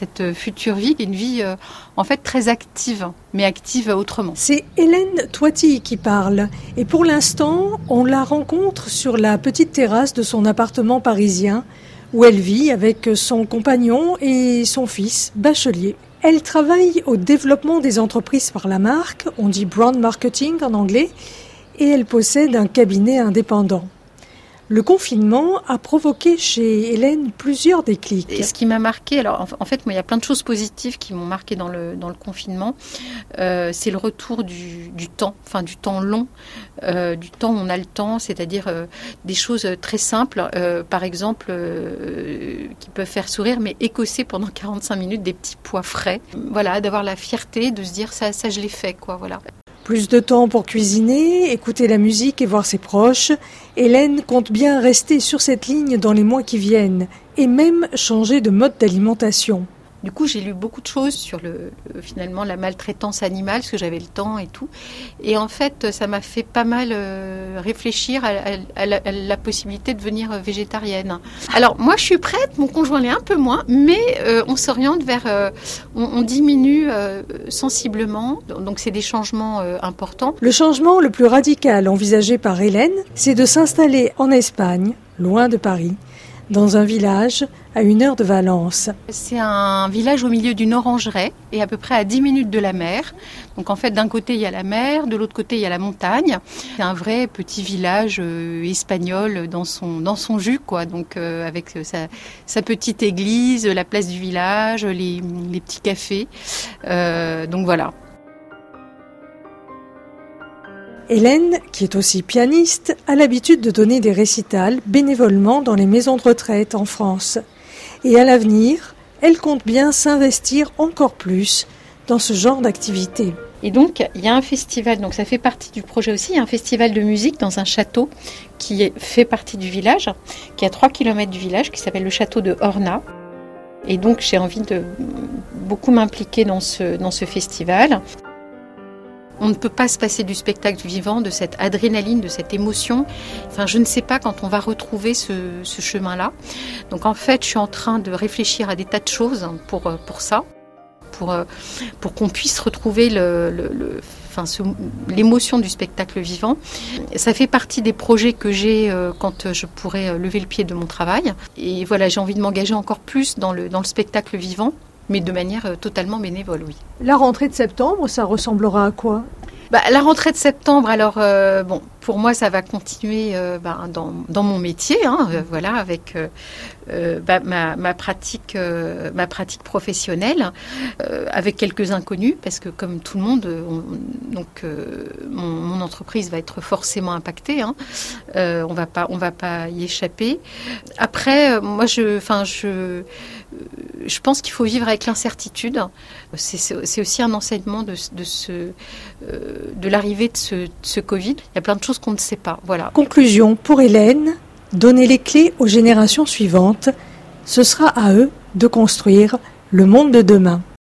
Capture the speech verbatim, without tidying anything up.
cette future vie, une vie euh, en fait très active, mais active autrement. C'est Hélène Toiti qui parle. Et pour l'instant, on la rencontre sur la petite terrasse de son appartement parisien, où elle vit avec son compagnon et son fils, bachelier. Elle travaille au développement des entreprises par la marque, on dit brand marketing en anglais, et elle possède un cabinet indépendant. Le confinement a provoqué chez Hélène plusieurs déclics. Et ce qui m'a marqué, alors en fait, moi, il y a plein de choses positives qui m'ont marqué dans le dans le confinement. Euh, c'est le retour du, du temps, enfin du temps long, euh, du temps où on a le temps, c'est-à-dire euh, des choses très simples, euh, par exemple, euh, qui peuvent faire sourire, mais écosser pendant quarante-cinq minutes des petits pois frais. Voilà, d'avoir la fierté de se dire ça, ça je l'ai fait, quoi. Voilà. Plus de temps pour cuisiner, écouter la musique et voir ses proches. Hélène compte bien rester sur cette ligne dans les mois qui viennent et même changer de mode d'alimentation. Du coup, j'ai lu beaucoup de choses sur le, le finalement la maltraitance animale, parce que j'avais le temps et tout. Et en fait, ça m'a fait pas mal euh, réfléchir à, à, à, la, à la possibilité de devenir végétarienne. Alors, moi, je suis prête, mon conjoint l'est un peu moins, mais euh, on s'oriente vers... Euh, on, on diminue euh, sensiblement, donc c'est des changements euh, importants. Le changement le plus radical envisagé par Hélène, c'est de s'installer en Espagne, loin de Paris, dans un village à une heure de Valence. C'est un village au milieu d'une orangeraie et à peu près à dix minutes de la mer. Donc en fait, d'un côté, il y a la mer, de l'autre côté, il y a la montagne. C'est un vrai petit village euh, espagnol dans son, dans son jus, quoi. Donc euh, avec sa, sa petite église, la place du village, les, les petits cafés. Euh, donc voilà. Hélène, qui est aussi pianiste, a l'habitude de donner des récitals bénévolement dans les maisons de retraite en France. Et à l'avenir, elle compte bien s'investir encore plus dans ce genre d'activité. Et donc, il y a un festival, donc ça fait partie du projet aussi, il y a un festival de musique dans un château qui est, fait partie du village, qui est à trois kilomètres du village, qui s'appelle le château de Horna. Et donc, j'ai envie de beaucoup m'impliquer dans ce, dans ce festival. On ne peut pas se passer du spectacle vivant, de cette adrénaline, de cette émotion. Enfin, je ne sais pas quand on va retrouver ce, ce chemin-là. Donc en fait, je suis en train de réfléchir à des tas de choses pour, pour ça, pour, pour qu'on puisse retrouver le, le, le, enfin, ce, l'émotion du spectacle vivant. Ça fait partie des projets que j'ai euh, quand je pourrai lever le pied de mon travail. Et voilà, j'ai envie de m'engager encore plus dans le, dans le spectacle vivant, mais de manière totalement bénévole, oui. La rentrée de septembre, ça ressemblera à quoi ? Bah, la rentrée de septembre, alors euh, bon, pour moi, ça va continuer euh, bah, dans, dans mon métier, hein, euh, voilà, avec euh, euh, bah, ma, ma pratique, euh, ma pratique professionnelle, euh, avec quelques inconnus, parce que comme tout le monde, on, donc euh, mon, mon entreprise va être forcément impactée. Hein, euh, on va pas, on va pas y échapper. Après, euh, moi, je, enfin, je, je pense qu'il faut vivre avec l'incertitude. C'est, c'est, c'est aussi un enseignement de, de ce, euh, de l'arrivée de ce, de ce Covid. Il y a plein de choses qu'on ne sait pas. Voilà. Conclusion pour Hélène, donner les clés aux générations suivantes. Ce sera à eux de construire le monde de demain.